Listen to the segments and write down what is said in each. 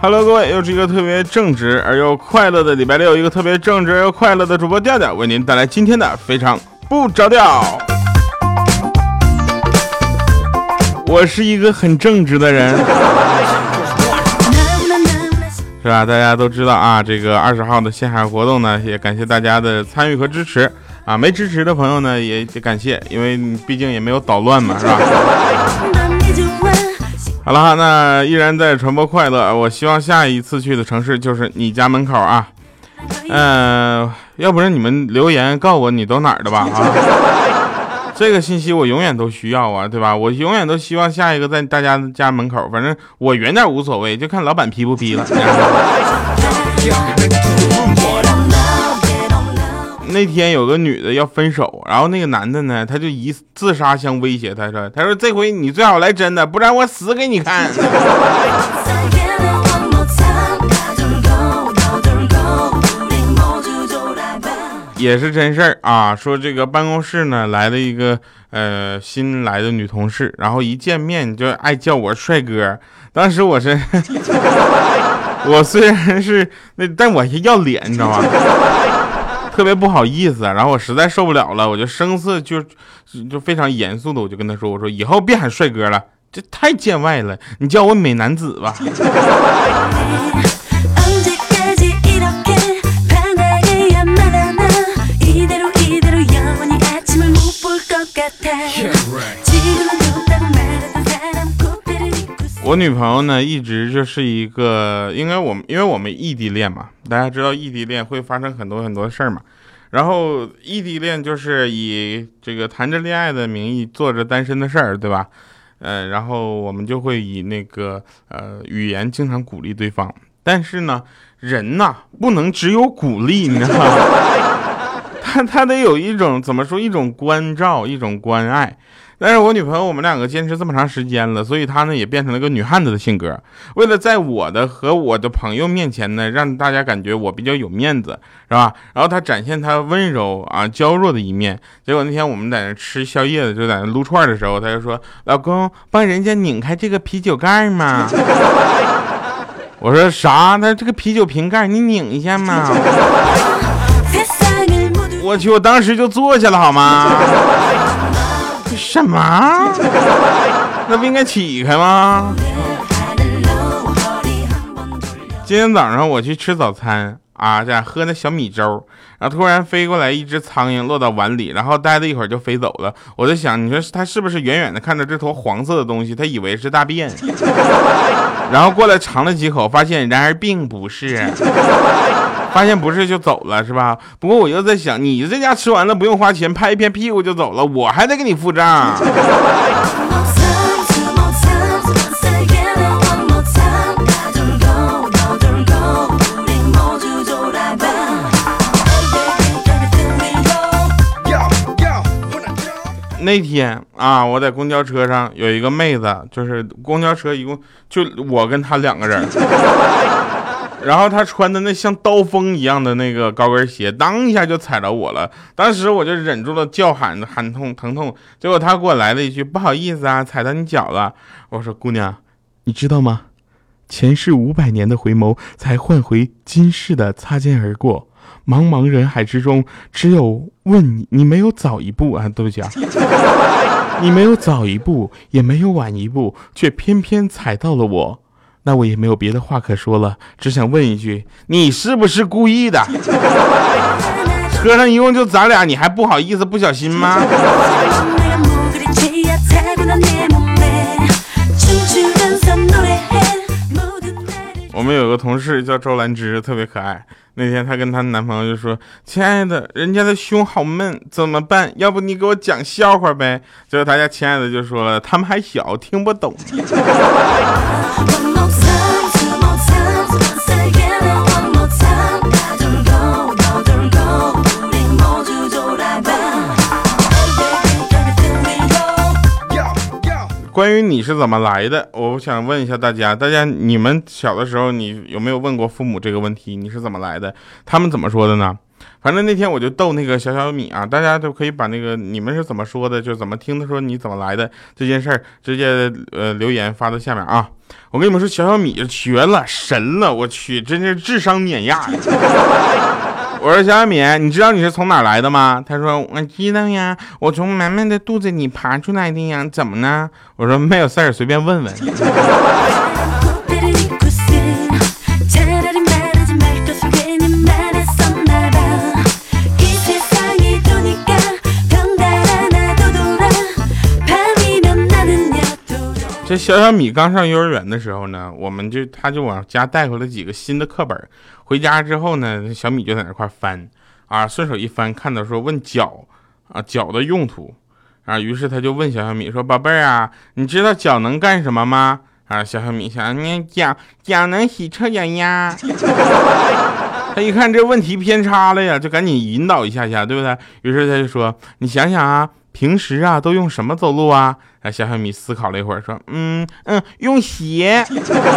Hello， 各位，又是一个特别正直而又快乐的礼拜六，一个特别正直而又快乐的主播调调，为您带来今天的非常不着调。我是一个很正直的人，是吧？大家都知道啊，这个20号的线下活动呢，也感谢大家的参与和支持啊。没支持的朋友呢，也感谢，因为毕竟也没有捣乱嘛，是吧？好了，那依然在传播快乐。我希望下一次去的城市就是你家门口啊。要不然你们留言告诉我你都哪儿的吧啊。这个信息我永远都需要啊，对吧？我永远都希望下一个在大家家门口，反正我远点无所谓，就看老板批不批了。那天有个女的要分手，然后那个男的呢，他就以自杀相威胁她说：“他说这回你最好来真的，不然我死给你看。”也是真事儿啊，说这个办公室呢来了一个新来的女同事，然后一见面就爱叫我帅哥。当时我是我虽然是那，但我要脸，你知道吗？特别不好意思，然后我实在受不了了，我就声色就非常严肃的，我就跟他说：“我说以后别喊帅哥了，这太见外了，你叫我美男子吧。”我女朋友呢，一直就是一个，因为我们异地恋嘛，大家知道异地恋会发生很多很多事儿嘛。然后异地恋就是以这个谈着恋爱的名义做着单身的事儿，对吧？然后我们就会以那个语言经常鼓励对方，但是呢，人呐不能只有鼓励，你知道吗？他得有一种怎么说，一种关照，一种关爱。但是我女朋友我们两个坚持这么长时间了，所以她呢也变成了个女汉子的性格。为了在我的和我的朋友面前呢，让大家感觉我比较有面子，是吧？然后她展现她温柔啊娇弱的一面。结果那天我们在那吃宵夜的，就在那撸串的时候，她就说：“老公，帮人家拧开这个啤酒盖嘛。”我说：“啥？那这个啤酒瓶盖你拧一下嘛。”我去，我当时就坐下了好吗？什么？那不应该起开吗？今天早上我去吃早餐啊，这样喝那小米粥，然后突然飞过来一只苍蝇落到碗里，然后待了一会儿就飞走了。我在想，你说他是不是远远的看着这坨黄色的东西，他以为是大便，然后过来尝了几口，发现然而并不是。发现不是就走了是吧？不过我又在想，你这家吃完了不用花钱，拍一片屁股就走了，我还得给你付账。那天啊，我在公交车上有一个妹子，就是公交车一共就我跟她2个人。然后他穿的那像刀锋一样的那个高跟鞋，当一下就踩着我了。当时我就忍住了叫喊疼痛。结果他给我来了一句：“不好意思啊，踩到你脚了。”我说：“姑娘，你知道吗？前世500年的回眸，才换回今世的擦肩而过。茫茫人海之中，只有问你没有早一步啊，对不起啊，你没有早一步，也没有晚一步，却偏偏踩到了我。”那我也没有别的话可说了，只想问一句，你是不是故意的？车上一共就咱俩，你还不好意思不小心吗？我们有个同事叫周兰芝，特别可爱。那天她跟她男朋友就说：“亲爱的，人家的胸好闷，怎么办？要不你给我讲笑话呗？”结果他家亲爱的就说了：“他们还小，听不懂。”关于你是怎么来的，我想问一下大家，你们小的时候，你有没有问过父母这个问题？你是怎么来的？他们怎么说的呢？ 反正那天我就逗那个小米啊，大家都可以把那个你们是怎么说的，就怎么听他说你怎么来的这件事儿，直接留言发到下面啊。我跟你们说，小米绝了，神了，我去，真是智商碾压。我说小米，你知道你是从哪来的吗？他说我知道呀，我从满满的肚子里爬出来的呀，怎么呢？我说没有事儿，随便问问。这小米刚上幼儿园的时候呢，他就往家带回了几个新的课本。回家之后呢，小米就在那块翻啊，顺手一翻，看到说问脚啊，脚的用途啊，于是他就问小米说：“宝贝儿啊，你知道脚能干什么吗？”啊，小米想，你脚能洗臭脚呀。他一看这问题偏差了呀，就赶紧引导一下，对不对？于是他就说：“你想想啊，平时啊都用什么走路啊？”啊，小米思考了一会儿说：“用鞋。”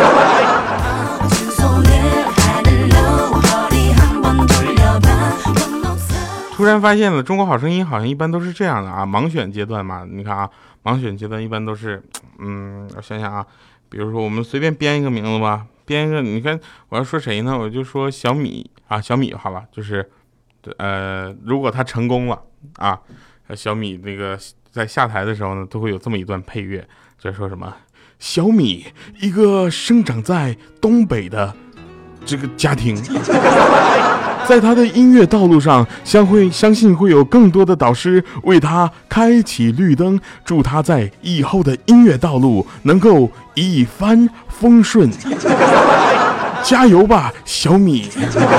突然发现了，中国好声音好像一般都是这样的啊，盲选阶段嘛，你看啊，盲选阶段一般都是，我想想啊，比如说我们随便编一个名字吧，编一个，你看我要说谁呢？我就说小米啊，小米好吧，就是，如果他成功了啊，小米那个在下台的时候呢，都会有这么一段配乐，就说什么小米，一个生长在东北的这个家庭。在他的音乐道路上，相信会有更多的导师为他开启绿灯，祝他在以后的音乐道路能够一帆风顺。加油吧，小米！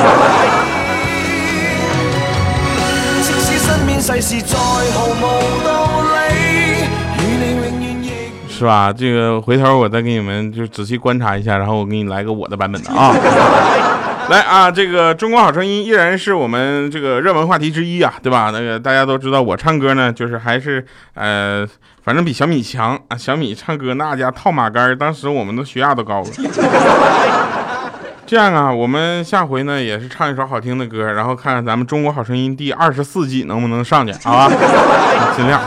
是吧？这个回头我再给你们就仔细观察一下，然后我给你来个我的版本的啊。来啊，这个中国好声音依然是我们这个热门话题之一啊，对吧？那个大家都知道，我唱歌呢，就是还是反正比小米强啊。小米唱歌那家套马杆，当时我们的血压都高了。这样啊，我们下回呢也是唱一首好听的歌，然后看看咱们中国好声音第24季能不能上去，好吧？尽量。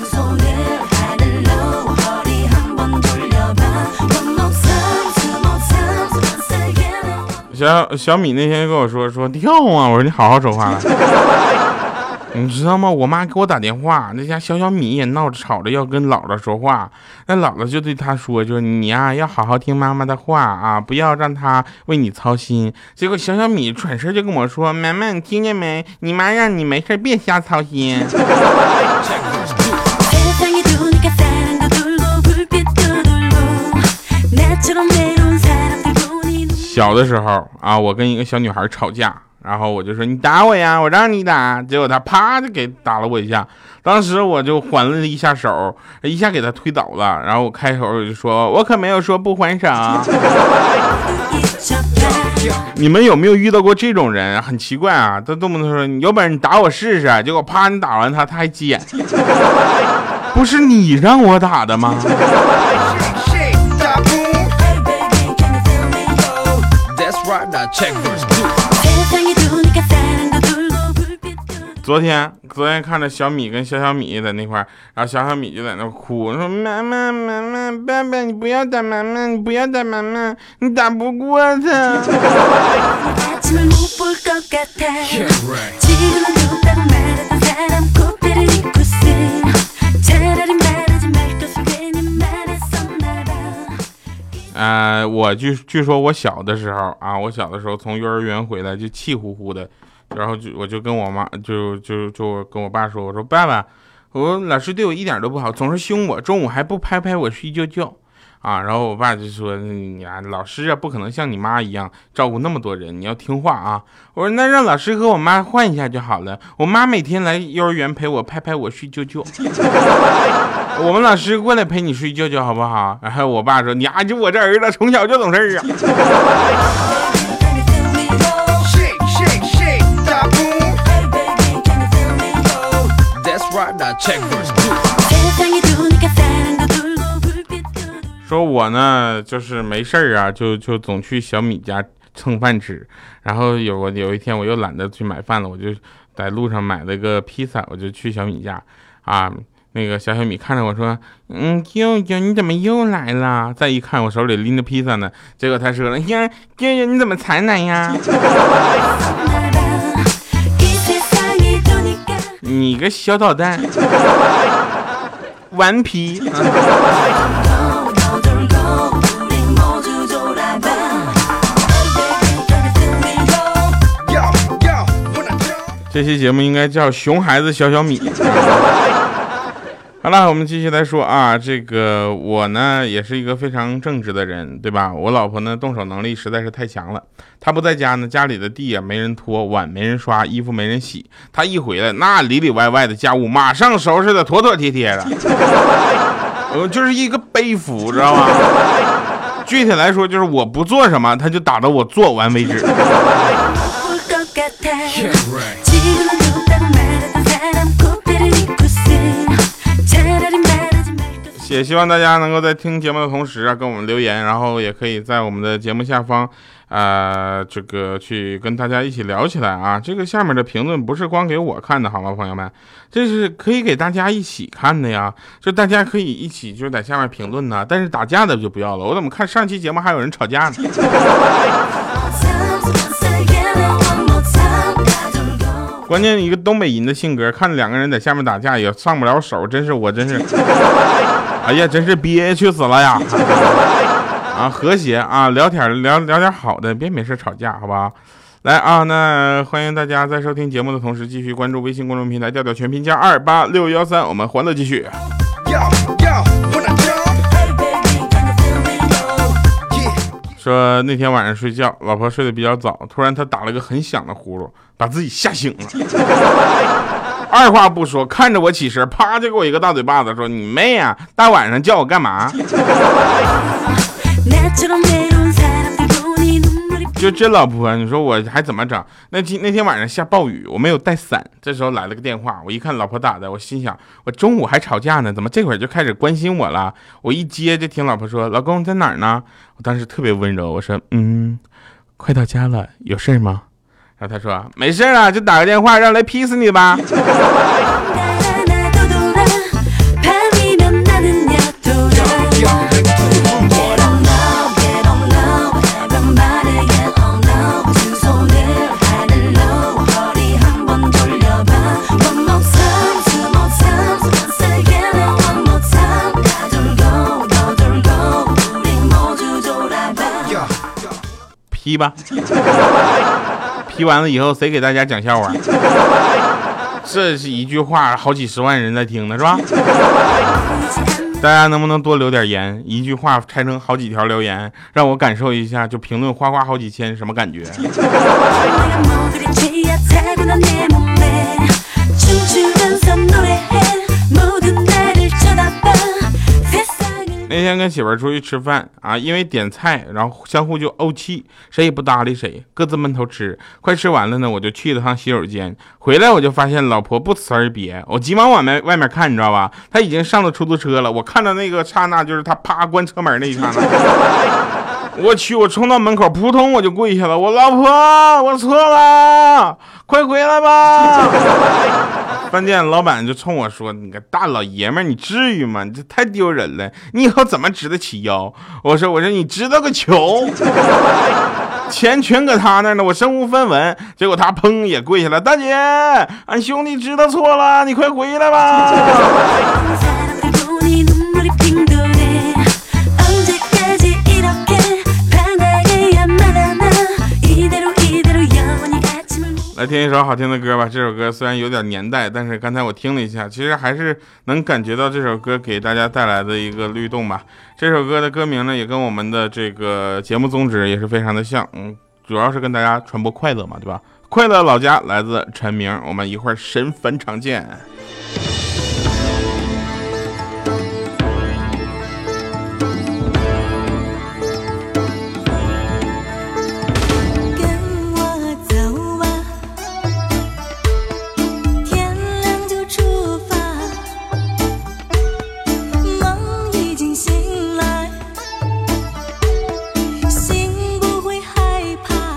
小米那天跟我说跳啊，我说你好好说话了。你知道吗？我妈给我打电话，那家小米也闹着吵着要跟姥姥说话，那姥姥就对她说，就是你呀要好好听妈妈的话啊，不要让她为你操心。结果小米转身就跟我说，妈妈你听见没？你妈让你没事别瞎操心。小的时候啊，我跟一个小女孩吵架，然后我就说你打我呀，我让你打，结果她啪就给打了我一下，当时我就还了一下手，一下给她推倒了，然后我开口就说，我可没有说不还手。你们有没有遇到过这种人？很奇怪啊，他动不动说你有本事你打我试试，结果啪你打完他还接，不是你让我打的吗？昨天看着小米跟小米在那块儿，然后小米就在那哭，说妈妈爸爸你不要打妈妈，你不要打妈妈，你打不过他。我据说我小的时候啊，从幼儿园回来就气呼呼的，然后我就跟我妈就跟我爸说，我说爸爸，我老师对我一点都不好，总是凶我，中午还不拍拍我睡觉啊。然后我爸就说你啊，老师啊不可能像你妈一样照顾那么多人，你要听话啊。我说那让老师和我妈换一下就好了，我妈每天来幼儿园陪我拍拍我睡觉。我们老师过来陪你睡觉好不好？然后我爸说你啊，就我这儿子从小就懂事啊。说我呢就是没事啊，就总去小米家蹭饭吃。然后有一天我又懒得去买饭了，我就在路上买了个披萨，我就去小米家啊。那个小米看着我说：“舅舅你怎么又来了？”再一看我手里拎着披萨呢，结果他说了：“呀，舅舅你怎么才来呀？你个小捣蛋，顽皮。”这期节目应该叫熊孩子小米。好了，我们继续来说啊，这个我呢也是一个非常正直的人，对吧？我老婆呢动手能力实在是太强了，她不在家呢，家里的地啊没人拖，碗没人刷，衣服没人洗，她一回来，那里里外外的家务马上收拾的妥妥帖帖的，就是一个背负，知道吗？具体来说就是我不做什么，她就打到我做完为止。也希望大家能够在听节目的同时啊，跟我们留言，然后也可以在我们的节目下方，这个去跟大家一起聊起来啊。这个下面的评论不是光给我看的，好吗，朋友们？这是可以给大家一起看的呀，就大家可以一起就在下面评论呢。但是打架的就不要了，我怎么看上期节目还有人吵架呢？关键一个东北人的性格，看两个人在下面打架也上不了手，真是，哎呀，真是憋屈死了呀！啊，和谐啊，聊点好的，别没事吵架，好吧？来啊，那欢迎大家在收听节目的同时，继续关注微信公众平台调调全拼加28613，我们欢乐继续。说那天晚上睡觉，老婆睡得比较早，突然她打了个很响的呼噜，把自己吓醒了。二话不说，看着我起身，啪就给我一个大嘴巴子，说：“你妹啊！大晚上叫我干嘛？”就这老婆，你说我还怎么整？那天晚上下暴雨，我没有带伞。这时候来了个电话，我一看老婆打的，我心想，我中午还吵架呢，怎么这会儿就开始关心我了？我一接就听老婆说：“老公在哪儿呢？”我当时特别温柔，我说：“快到家了，有事吗？”然后他说：“没事啊，就打个电话让来劈死你吧。”批吧，批完了以后谁给大家讲笑话？这是一句话，好几十万人在听呢，是吧？大家能不能多留点言？一句话拆成好几条留言，让我感受一下，就评论哗好几千，什么感觉？那天跟媳妇儿出去吃饭啊，因为点菜，然后相互就怄气，谁也不搭理谁，各自闷头吃。快吃完了呢，我就去了趟洗手间，回来我就发现老婆不辞而别，我急忙往外面看，你知道吧？她已经上了出租车了。我看到那个刹那，就是她啪关车门那一刹那，我去，我冲到门口，扑通我就跪下了，我老婆，我错了，快回来吧。饭店老板就冲我说：“你个大老爷们儿，你至于吗？你这太丢人了，你以后怎么直得起腰？”我说你知道个球，钱全搁他那儿呢，我身无分文。结果他砰也跪下了：“大姐，俺兄弟知道错了，你快回来吧。”来听一首好听的歌吧。这首歌虽然有点年代，但是刚才我听了一下，其实还是能感觉到这首歌给大家带来的一个律动吧。这首歌的歌名呢，也跟我们的这个节目宗旨也是非常的像，主要是跟大家传播快乐嘛，对吧？快乐老家来自陈明，我们一会儿神坟场见。 心不会害怕。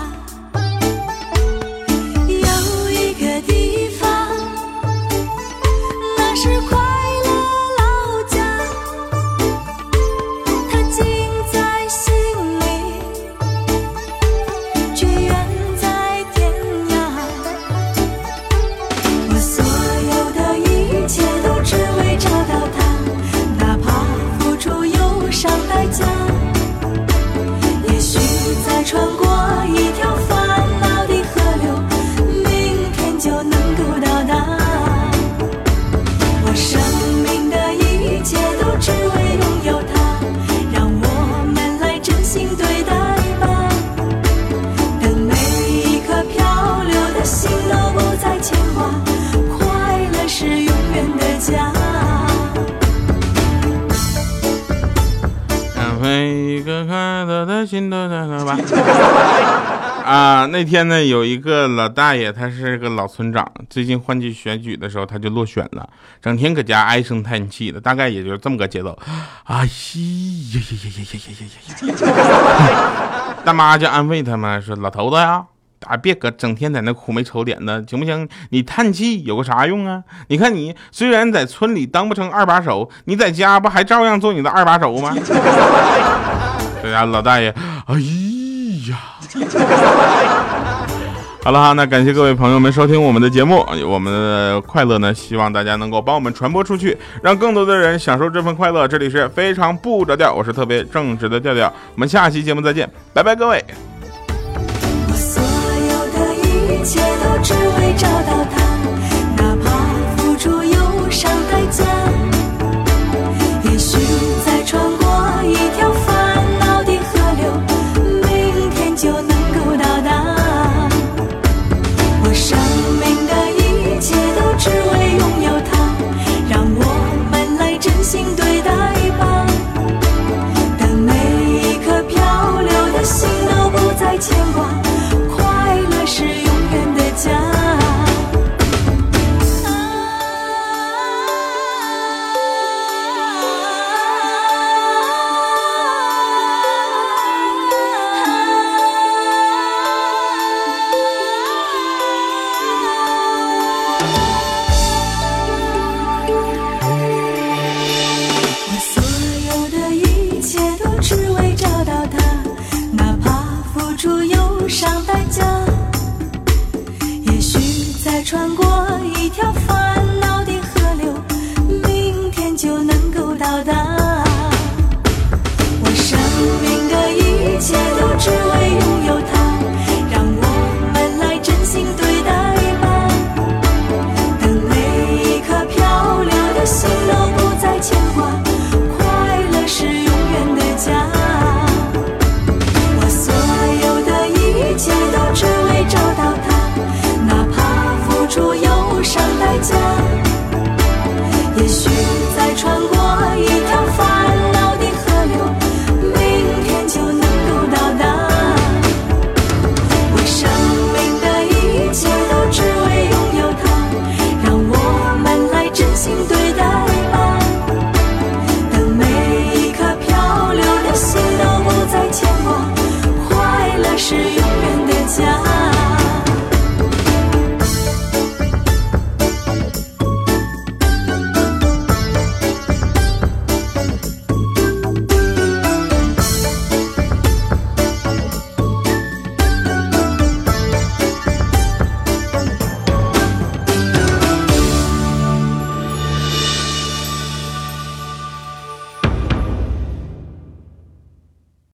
吧。那天呢，有一个老大爷，他是个老村长，最近换季选举的时候他就落选了，整天搁家唉声叹气的，大概也就这么个节奏。哎呀呀呀呀呀呀！大妈就安慰他们说：“老头子呀，别搁整天在那苦眉愁脸的，行不行？你叹气有个啥用啊？你看你虽然在村里当不成二把手，你在家不还照样做你的二把手吗？”对呀，老大爷，哎呀！好了哈，那感谢各位朋友们收听我们的节目，我们的快乐呢，希望大家能够帮我们传播出去，让更多的人享受这份快乐。这里是非常不着调，我是特别正直的调调，我们下期节目再见，拜拜各位。 我所有的一切都只为找到他，哪怕付出忧伤代价，也许再穿过一条烦恼的河流，明天就能够到达。我生命的一切都只为拥有它，让我们来真心对待吧。等每一颗漂流的心都不再牵挂，快乐是永远的家。我所有的一切都只为找到他，哪怕付出忧伤代价，也许再穿过一条烦恼的河流，明天就能够到达。我生命的一切都只为拥有它，让我们来真心对待吧。等每一颗漂流的心都不再牵挂，快乐是永远的家。我所有的一切都只为找到它，哪怕付出忧伤代价。